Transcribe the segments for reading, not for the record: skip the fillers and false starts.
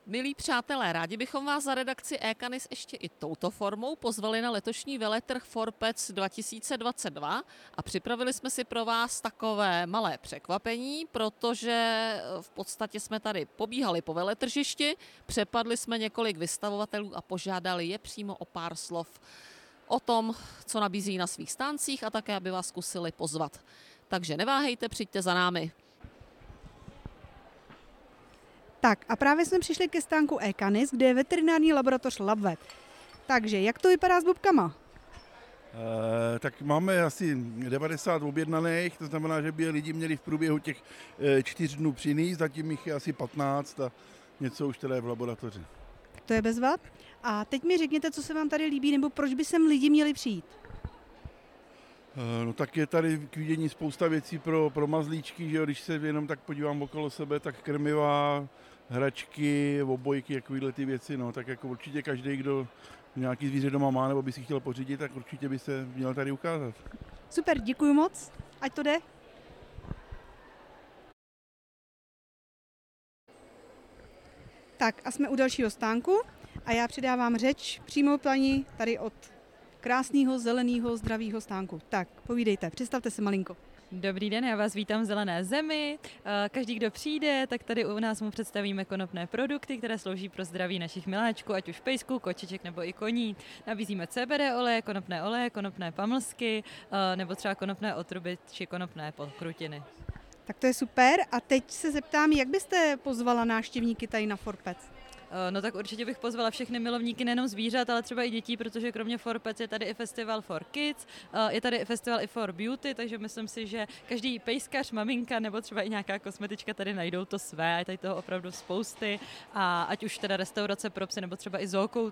Milí přátelé, rádi bychom vás za redakci eCanis ještě i touto formou pozvali na letošní veletrh ForPets 2022 a připravili jsme si pro vás takové malé překvapení, protože v podstatě jsme tady pobíhali po veletržišti, přepadli jsme několik vystavovatelů a požádali je přímo o pár slov o tom, co nabízí na svých stáncích a také, aby vás zkusili pozvat. Takže neváhejte, přijďte za námi. Tak a právě jsme přišli ke stánku eCanis, kde je veterinární laboratoř LabVet. Takže jak to vypadá s bobkama? Tak máme asi 90 objednaných, to znamená, že by lidi měli v průběhu těch 4 dnů přinést, zatím jich je asi 15 a něco už teda je v laboratoři. To je bezvad. A teď mi řekněte, co se vám tady líbí, nebo proč by sem lidi měli přijít? No tak je tady k vidění spousta věcí pro mazlíčky, že jo, když se jenom tak podívám okolo sebe, tak krmiva, hračky, obojky, takovéhle ty věci, no, tak jako určitě každý, kdo nějaký zvíře doma má nebo by si chtěl pořídit, tak určitě by se měl tady ukázat. Super, děkuji moc, ať to jde. Tak a jsme u dalšího stánku a já předávám řeč přímo paní tady od krásného, zeleného, zdravého stánku. Tak, povídejte, představte se malinko. Dobrý den, já vás vítám v Zelené zemi. Každý, kdo přijde, tak tady u nás mu představíme konopné produkty, které slouží pro zdraví našich miláčků, ať už pejsků, kočiček nebo i koní. Nabízíme CBD oleje, konopné pamlsky, nebo třeba konopné otruby či konopné pokrutiny. Tak to je super a teď se zeptám, jak byste pozvala návštěvníky tady na ForPets? No tak určitě bych pozvala všechny milovníky nejenom zvířat, ale třeba i dětí, protože kromě ForPets je tady i festival For Kids, je tady i festival i For Beauty, takže myslím si, že každý pejskař, maminka nebo třeba i nějaká kosmetička tady najdou to své, je tady toho opravdu spousty a ať už teda restaurace pro psy nebo třeba i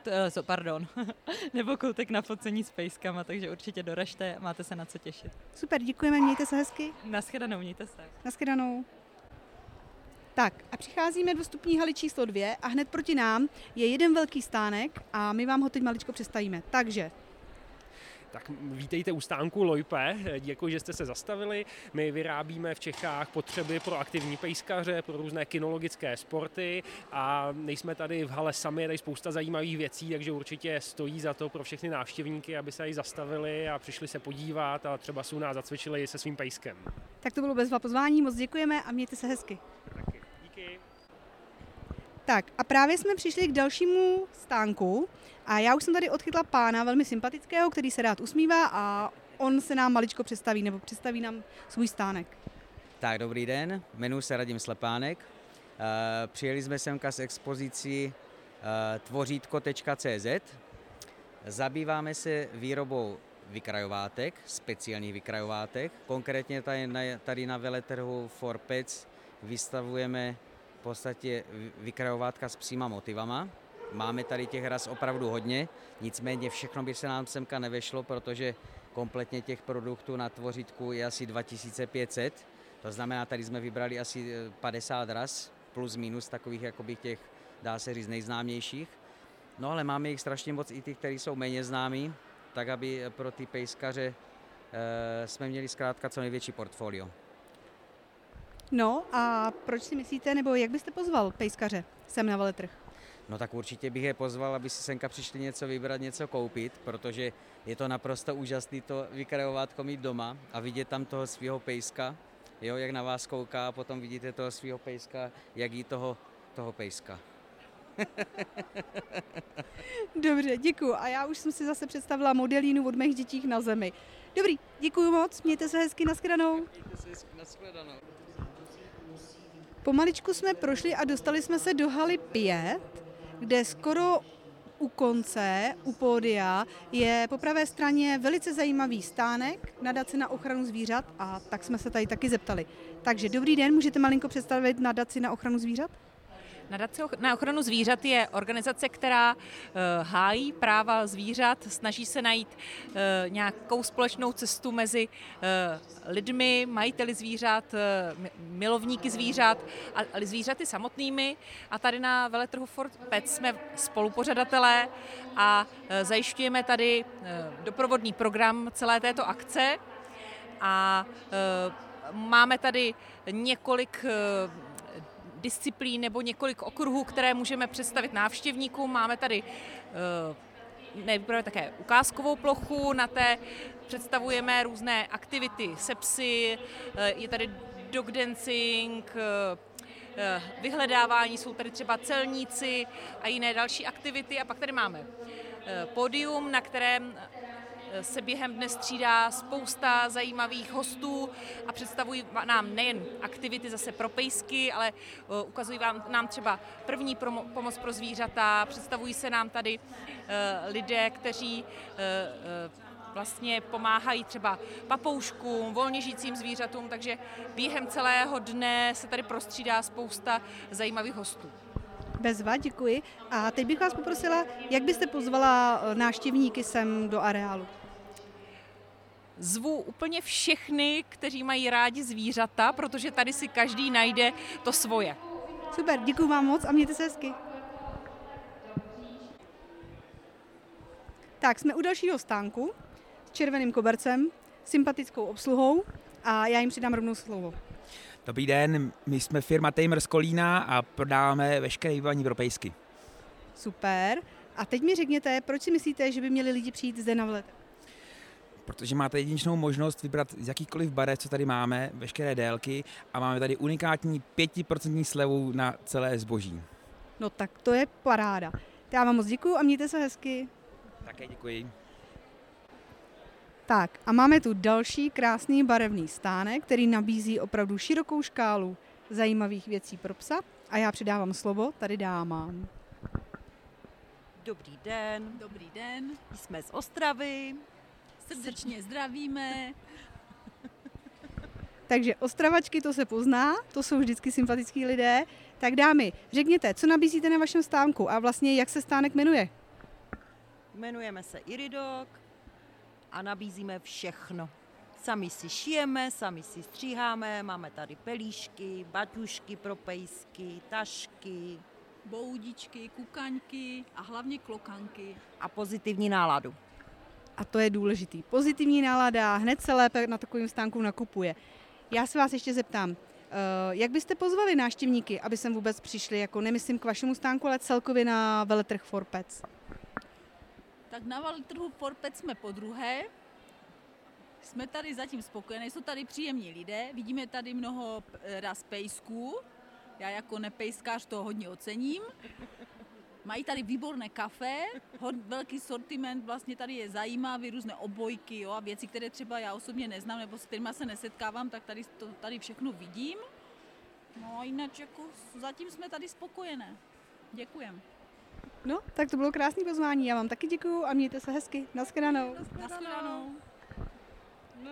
nebo koutek na focení s pejskama, takže určitě doražte, máte se na co těšit. Super, děkujeme, mějte se hezky. Naschledanou, mějte se. Naschledanou. Tak a přicházíme do vstupní haly číslo 2 a hned proti nám je jeden velký stánek a my vám ho teď maličko představíme. Takže. Tak vítejte u stánku Loipe, děkuji, že jste se zastavili. My vyrábíme v Čechách potřeby pro aktivní pejskaře, pro různé kinologické sporty a nejsme tady v hale sami, je tady spousta zajímavých věcí, takže určitě stojí za to pro všechny návštěvníky, aby se tady zastavili a přišli se podívat a třeba si u nás zacvičili se svým pejskem. Tak to bylo bezva pozvání, moc děkujeme a mějte se hezky. Taky. Díky. Tak a právě jsme přišli k dalšímu stánku a já už jsem tady odchytla pána velmi sympatického, který se rád usmívá a on se nám maličko představí nám svůj stánek. Tak, dobrý den, jmenuji se Radim Slepánek. Přijeli jsme semka z expozicí tvořítko.cz. Zabýváme se výrobou vykrajovátek, speciálních vykrajovátek. Konkrétně tady na veletrhu ForPets vystavujeme v podstatě vykrajovátka s psíma motivama. Máme tady těch ras opravdu hodně, nicméně všechno by se nám semka nevešlo, protože kompletně těch produktů na tvořítku je asi 2500. To znamená, tady jsme vybrali asi 50 ras, plus minus takových jakoby těch, dá se říct, nejznámějších. No ale máme jich strašně moc i ty, které jsou méně známí, tak aby pro ty pejskaře jsme měli zkrátka co největší portfolio. No a proč si myslíte, nebo jak byste pozval pejskaře sem na veletrh? No tak určitě bych je pozval, aby si semka přišli něco vybrat, něco koupit, protože je to naprosto úžasné to vykrajovátko mít doma a vidět tam toho svého pejska, jo, jak na vás kouká a potom vidíte toho svého pejska, jak jí toho pejska. Dobře, děkuju. A já už jsem si zase představila modelínu od mých dětí na zemi. Dobrý, děkuju moc, mějte se hezky, naschledanou. Mějte se hezky, naschledanou. Pomaličku jsme prošli a dostali jsme se do haly 5, kde skoro u konce, u pódia, je po pravé straně velice zajímavý stánek nadace na ochranu zvířat a tak jsme se tady taky zeptali. Takže dobrý den, můžete malinko představit nadaci na ochranu zvířat? Nadace na ochranu zvířat je organizace, která hájí práva zvířat, snaží se najít nějakou společnou cestu mezi lidmi, majiteli zvířat, milovníky zvířat a zvířaty samotnými. A tady na veletrhu ForPets jsme spolupořadatelé a zajišťujeme tady doprovodný program celé této akce. A máme tady několik disciplín nebo několik okruhů, které můžeme představit návštěvníkům. Máme tady nejprve také ukázkovou plochu, na té představujeme různé aktivity se psy, je tady dog dancing, vyhledávání, jsou tady třeba celníci a jiné další aktivity. A pak tady máme pódium, na kterém se během dne střídá spousta zajímavých hostů a představují nám nejen aktivity zase pro pejsky, ale ukazují nám třeba první pomoc pro zvířata, představují se nám tady lidé, kteří vlastně pomáhají třeba papouškům, volně žijícím zvířatům, takže během celého dne se tady prostřídá spousta zajímavých hostů. Bezva, děkuji. A teď bych vás poprosila, jak byste pozvala návštěvníky sem do areálu? Zvu úplně všechny, kteří mají rádi zvířata, protože tady si každý najde to svoje. Super, děkuji vám moc a mějte se hezky. Tak, jsme u dalšího stánku s červeným kobercem, sympatickou obsluhou a já jim přidám rovnou slovo. Dobrý den, my jsme firma Tamer z Kolína a prodáváme veškeré vybavení pro pejsky. Super. A teď mi řekněte, proč si myslíte, že by měli lidi přijít zde na veletrh? Protože máte jedinečnou možnost vybrat z jakýchkoliv barev, co tady máme, veškeré délky a máme tady unikátní 5% slevu na celé zboží. No tak to je paráda. Já vám moc děkuju a mějte se hezky. Také děkuji. Tak a máme tu další krásný barevný stánek, který nabízí opravdu širokou škálu zajímavých věcí pro psa a já předávám slovo tady dámám. Dobrý den. Dobrý den. Jsme z Ostravy. Srdečně zdravíme. Takže Ostravačky, to se pozná, to jsou vždycky sympatický lidé. Tak dámy, řekněte, co nabízíte na vašem stánku a vlastně jak se stánek jmenuje? Jmenujeme se Iridok a nabízíme všechno. Sami si šijeme, sami si stříháme, máme tady pelíšky, baťušky pro pejsky, tašky, Boudičky, kukaňky a hlavně klokanky. A pozitivní náladu. A to je důležitý. Pozitivní nálada, hned se lépe na takovým stánku nakupuje. Já se vás ještě zeptám, jak byste pozvali návštěvníky, aby sem vůbec přišli, jako nemyslím k vašemu stánku, ale celkově na veletrh For Pets? Tak na veletrhu For Pets jsme podruhé. Jsme tady zatím spokojení, jsou tady příjemní lidé, vidíme tady mnoho ras pejsků. Já jako nepejskář to hodně ocením. Mají tady výborné kafe, velký sortiment, vlastně tady je zajímavý, různé obojky, jo, a věci, které třeba já osobně neznám, nebo s kterými se nesetkávám, tak tady všechno vidím. No a jinak jako zatím jsme tady spokojené. Děkujem. No, tak to bylo krásné pozvání, já vám taky děkuju a mějte se hezky. Naschledanou. Naschledanou.